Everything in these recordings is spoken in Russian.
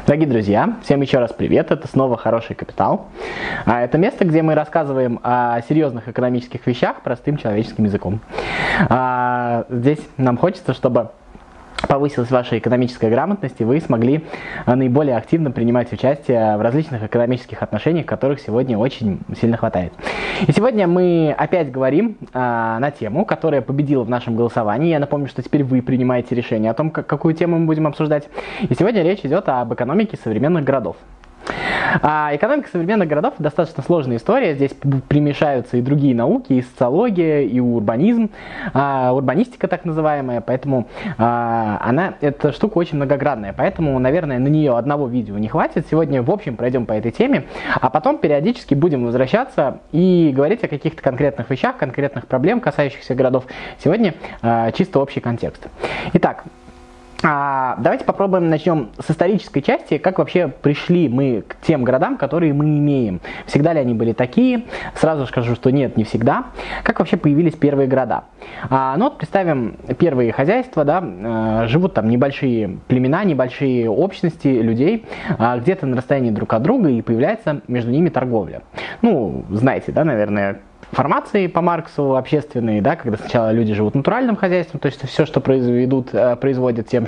Дорогие друзья, всем еще раз привет, это снова «Хороший капитал». Это место, где мы рассказываем о серьезных экономических вещах простым человеческим языком. Здесь нам хочется, чтобы повысилась ваша экономическая грамотность, и вы смогли наиболее активно принимать участие в различных экономических отношениях, которых сегодня очень сильно хватает. И сегодня мы опять говорим на тему, которая победила в нашем голосовании. Я напомню, что теперь вы принимаете решение о том, какую тему мы будем обсуждать. И сегодня речь идет об экономике современных городов. Экономика современных городов достаточно сложная история. Здесь примешаются и другие науки, и социология, и урбанизм, урбанистика так называемая. Поэтому эта штука очень многогранная. Поэтому, наверное, на нее одного видео не хватит. Сегодня в общем пройдем по этой теме, а потом периодически будем возвращаться и говорить о каких-то конкретных вещах, конкретных проблем, касающихся городов. Сегодня чисто общий контекст. Итак, давайте попробуем начнем с исторической части, как вообще пришли мы к тем городам, которые мы имеем. Всегда ли они были такие? Сразу скажу, что нет, не всегда. Как вообще появились первые города? Вот представим первые хозяйства, да, живут там небольшие племена, небольшие общности людей, где-то на расстоянии друг от друга, и появляется между ними торговля. Ну, знаете, да, наверное, формации по Марксу общественные, да, когда сначала люди живут натуральным хозяйством, то есть все, что производят тем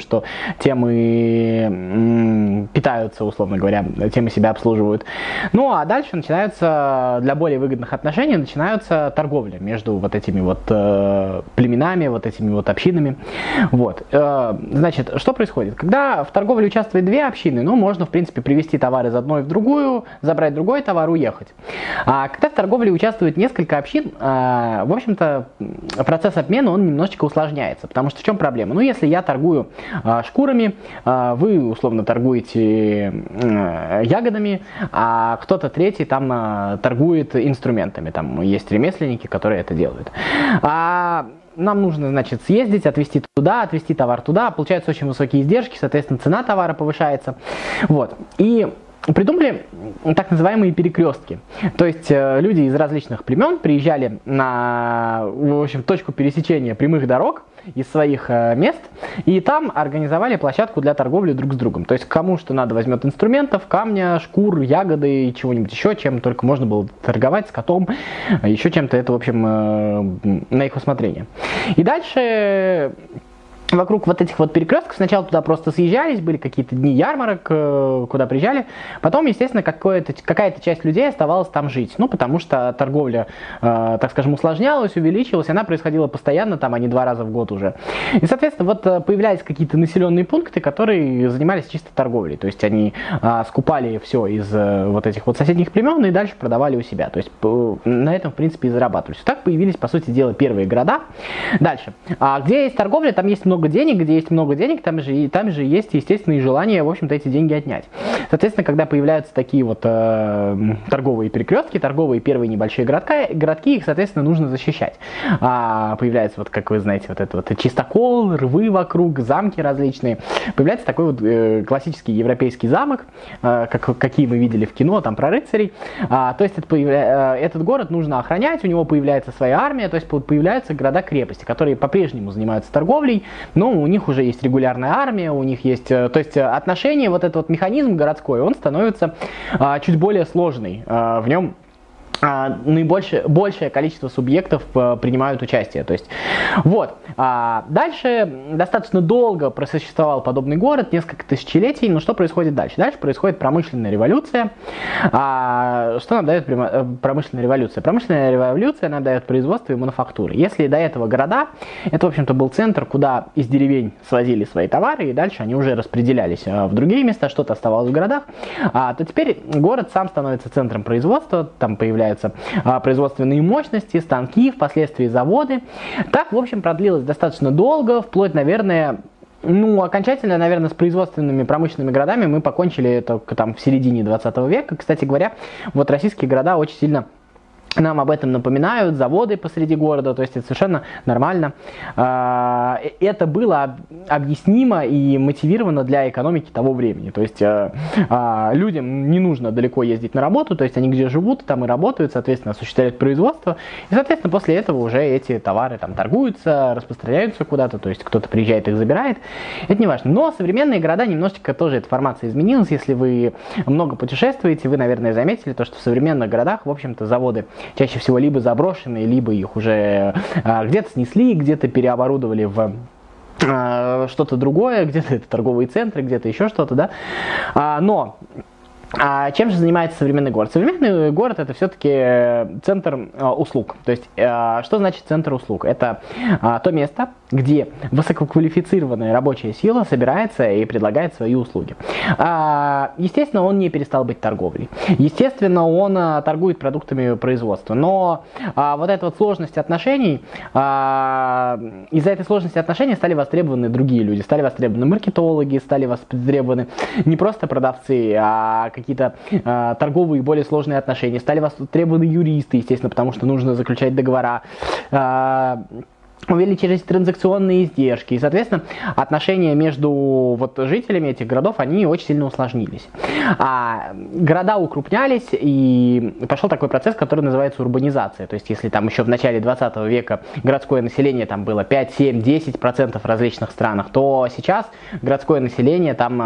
и питаются, условно говоря, тем и себя обслуживают. Ну, а дальше начинаются, для более выгодных отношений, начинаются торговля между вот этими вот племенами, вот этими вот общинами. Вот. Значит, что происходит? Когда в торговле участвуют две общины, ну, можно, в принципе, привезти товар из одной в другую, забрать другой товар, уехать. А когда в торговле участвует несколько общин, в общем-то, процесс обмена, он немножечко усложняется. Потому что в чем проблема? Ну, если я торгую шкурами, вы, условно, торгуете ягодами, а кто-то третий там торгует инструментами. Там есть ремесленники, которые это делают. Нам нужно, значит, съездить, отвезти туда, отвезти товар туда. Получаются очень высокие издержки, соответственно, цена товара повышается. Вот. И придумали так называемые перекрестки. То есть люди из различных племен приезжали на, в общем, точку пересечения прямых дорог из своих мест, и там организовали площадку для торговли друг с другом. То есть кому что надо возьмет инструментов, камня, шкур, ягоды и чего-нибудь еще, чем только можно было торговать, с котом, еще чем-то. Это, в общем, на их усмотрение. И дальше вокруг вот этих вот перекрестков сначала туда просто съезжались, были какие-то дни ярмарок, куда приезжали. Потом, естественно, какая-то часть людей оставалась там жить. Ну, потому что торговля, так скажем, усложнялась, увеличилась. Она происходила постоянно, там, а не 2 раза в год уже. И, соответственно, вот появлялись какие-то населенные пункты, которые занимались чисто торговлей. То есть они скупали все из вот этих вот соседних племен и дальше продавали у себя. То есть на этом, в принципе, и зарабатывались. Так появились, по сути дела, первые города. Дальше. Где есть торговля, там есть много денег, где есть много денег, там же есть, естественно, и желание, в общем-то, эти деньги отнять. Соответственно, когда появляются такие вот торговые перекрестки, торговые первые небольшие городки, их, соответственно, нужно защищать. Появляется, вот, как вы знаете, вот это вот чистокол, рвы вокруг, замки различные. Появляется такой вот классический европейский замок, какие мы видели в кино, там про рыцарей. То есть этот город нужно охранять, у него появляется своя армия, то есть появляются города-крепости, которые по-прежнему занимаются торговлей, но у них уже есть регулярная армия, у них есть, то есть отношения, вот этот вот механизм городской, он становится чуть более сложный, в нем большее количество субъектов принимают участие. То есть, вот. Дальше достаточно долго просуществовал подобный город, несколько тысячелетий. Но что происходит дальше? Дальше происходит промышленная революция. Что нам дает промышленная революция? Промышленная революция нам дает производство и мануфактуры. Если до этого города, это, в общем-то, был центр, куда из деревень свозили свои товары, и дальше они уже распределялись в другие места, что-то оставалось в городах, то теперь город сам становится центром производства, там появляются производственные мощности, станки, впоследствии заводы. Так, в общем, продлилось достаточно долго, вплоть, наверное, окончательно, наверное, с производственными промышленными городами мы покончили только там в середине 20 века. Кстати говоря, вот российские города очень сильно Нам об этом напоминают заводы посреди города, то есть это совершенно нормально. Это было объяснимо и мотивировано для экономики того времени. То есть людям не нужно далеко ездить на работу, то есть они где живут, там и работают, соответственно, осуществляют производство. И, соответственно, после этого уже эти товары там торгуются, распространяются куда-то, то есть кто-то приезжает, их забирает. Это не важно. Но современные города немножечко тоже эта формация изменилась. Если вы много путешествуете, вы, наверное, заметили то, что в современных городах, в общем-то, заводы чаще всего либо заброшенные, либо их уже где-то снесли, где-то переоборудовали в что-то другое, где-то это торговые центры, где-то еще что-то, да. Но чем же занимается современный город? Современный город — это все-таки центр услуг. То есть, что значит центр услуг? Это то место, где высококвалифицированная рабочая сила собирается и предлагает свои услуги. Естественно, он не перестал быть торговлей. Естественно, он торгует продуктами производства. Но вот эта вот сложность отношений, из-за этой сложности отношений стали востребованы другие люди. Стали востребованы маркетологи, стали востребованы не просто продавцы, а какие-то торговые более сложные отношения. Стали востребованы юристы, естественно, потому что нужно заключать договора. Увеличились транзакционные издержки, и, соответственно, отношения между вот жителями этих городов, они очень сильно усложнились. Города укрупнялись, и пошел такой процесс, который называется урбанизация. То есть, если там еще в начале 20 века городское население там было 5, 7, 10% в различных странах, то сейчас городское население там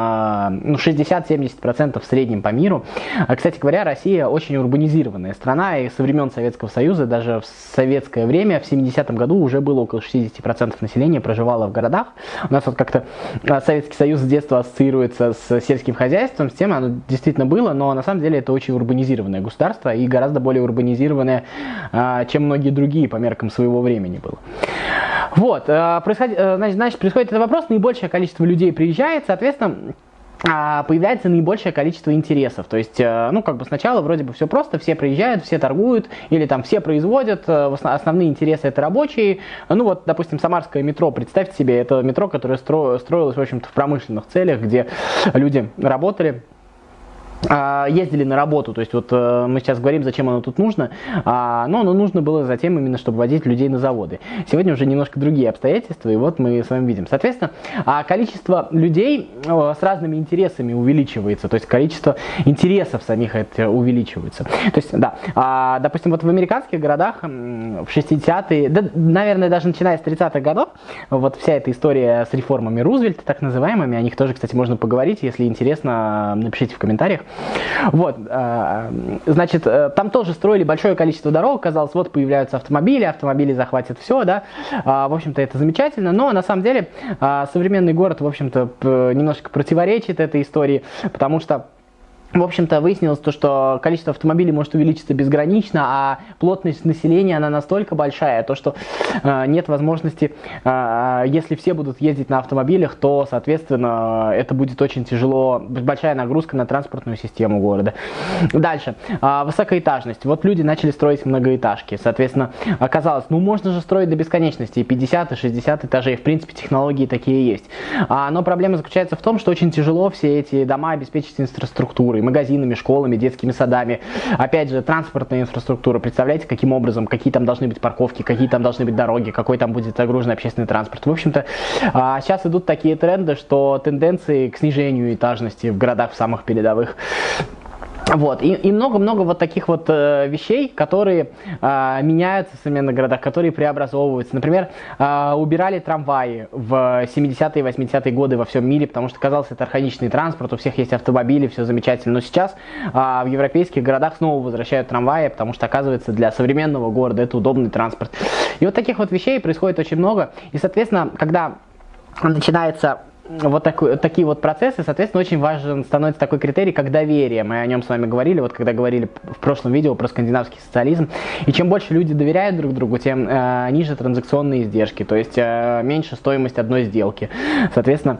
60-70% в среднем по миру. Кстати говоря, Россия очень урбанизированная страна, и со времен Советского Союза, даже в советское время, в 70-м году уже было около 60% населения проживало в городах. У нас вот как-то Советский Союз с детства ассоциируется с сельским хозяйством, с тем оно действительно было, но на самом деле это очень урбанизированное государство и гораздо более урбанизированное, чем многие другие по меркам своего времени было. Вот, значит, происходит этот вопрос, наибольшее количество людей приезжает, соответственно, появляется наибольшее количество интересов. То есть, сначала вроде бы все просто, все приезжают, все торгуют, или там все производят, основные интересы это рабочие. Допустим, Самарское метро, представьте себе, это метро, которое строилось, в общем-то, в промышленных целях, где люди работали, ездили на работу, то есть вот мы сейчас говорим, зачем оно тут нужно, но оно нужно было затем именно, чтобы водить людей на заводы. Сегодня уже немножко другие обстоятельства, и вот мы с вами видим. Соответственно, количество людей с разными интересами увеличивается, то есть количество интересов самих это увеличивается. То есть, да, допустим, вот в американских городах в 60-е, да, наверное, даже начиная с 30-х годов, вот вся эта история с реформами Рузвельта, так называемыми, о них тоже, кстати, можно поговорить, если интересно, напишите в комментариях. Вот, значит, там тоже строили большое количество дорог, казалось, вот появляются автомобили захватят все, да, в общем-то, это замечательно, но на самом деле современный город, в общем-то, немножко противоречит этой истории, потому что в общем-то, выяснилось то, что количество автомобилей может увеличиться безгранично, а плотность населения, она настолько большая, то, что нет возможности, если все будут ездить на автомобилях, то, соответственно, это будет очень тяжело, большая нагрузка на транспортную систему города. Дальше, высокоэтажность. Вот люди начали строить многоэтажки, соответственно, оказалось, можно же строить до бесконечности, 50 и 60 этажей, в принципе, технологии такие есть. Но проблема заключается в том, что очень тяжело все эти дома обеспечить инфраструктурой, магазинами, школами, детскими садами. Опять же, транспортная инфраструктура. Представляете, каким образом, какие там должны быть парковки, какие там должны быть дороги, какой там будет загружен общественный транспорт. В общем-то, сейчас идут такие тренды, что тенденции к снижению этажности в городах в самых передовых. Вот, и много-много вот таких вот вещей, которые меняются в современных городах, которые преобразовываются. Например, убирали трамваи в 70-е и 80-е годы во всем мире, потому что казалось, это архаичный транспорт, у всех есть автомобили, все замечательно. Но сейчас в европейских городах снова возвращают трамваи, потому что, оказывается, для современного города это удобный транспорт. И вот таких вот вещей происходит очень много. И, соответственно, когда начинается вот такие вот процессы, соответственно, очень важен становится такой критерий, как доверие. Мы о нем с вами говорили, вот когда говорили в прошлом видео про скандинавский социализм. И чем больше люди доверяют друг другу, тем ниже транзакционные издержки, то есть меньше стоимость одной сделки. Соответственно,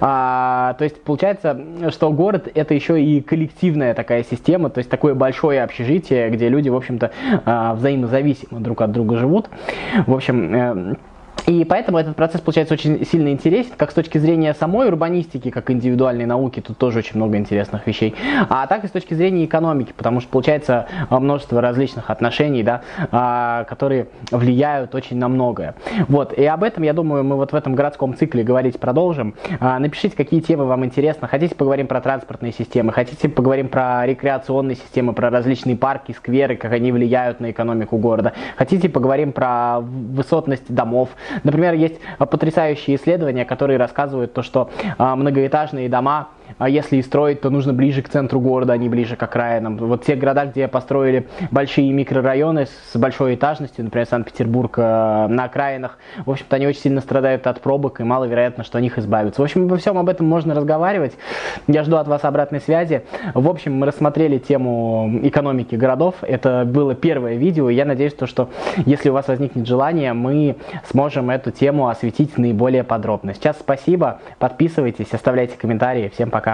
то есть получается, что город это еще и коллективная такая система, то есть такое большое общежитие, где люди, в общем-то, взаимозависимо друг от друга живут. В общем, И поэтому этот процесс получается очень сильно интересен, как с точки зрения самой урбанистики, как индивидуальной науки, тут тоже очень много интересных вещей, а так и с точки зрения экономики, потому что получается множество различных отношений, да, которые влияют очень на многое. Вот, и об этом, я думаю, мы вот в этом городском цикле говорить продолжим. Напишите, какие темы вам интересны. Хотите, поговорим про транспортные системы, хотите, поговорим про рекреационные системы, про различные парки, скверы, как они влияют на экономику города. Хотите, поговорим про высотность домов. Например, есть потрясающие исследования, которые рассказывают то, что многоэтажные дома, если и строить, то нужно ближе к центру города, а не ближе к окраинам. Вот те города, где построили большие микрорайоны с большой этажностью, например, Санкт-Петербург, на окраинах, в общем-то, они очень сильно страдают от пробок, и маловероятно, что от них избавятся. В общем, во всем об этом можно разговаривать. Я жду от вас обратной связи. В общем, мы рассмотрели тему экономики городов. Это было первое видео, и я надеюсь, что если у вас возникнет желание, мы сможем эту тему осветить наиболее подробно. Сейчас спасибо, подписывайтесь, оставляйте комментарии. Всем пока.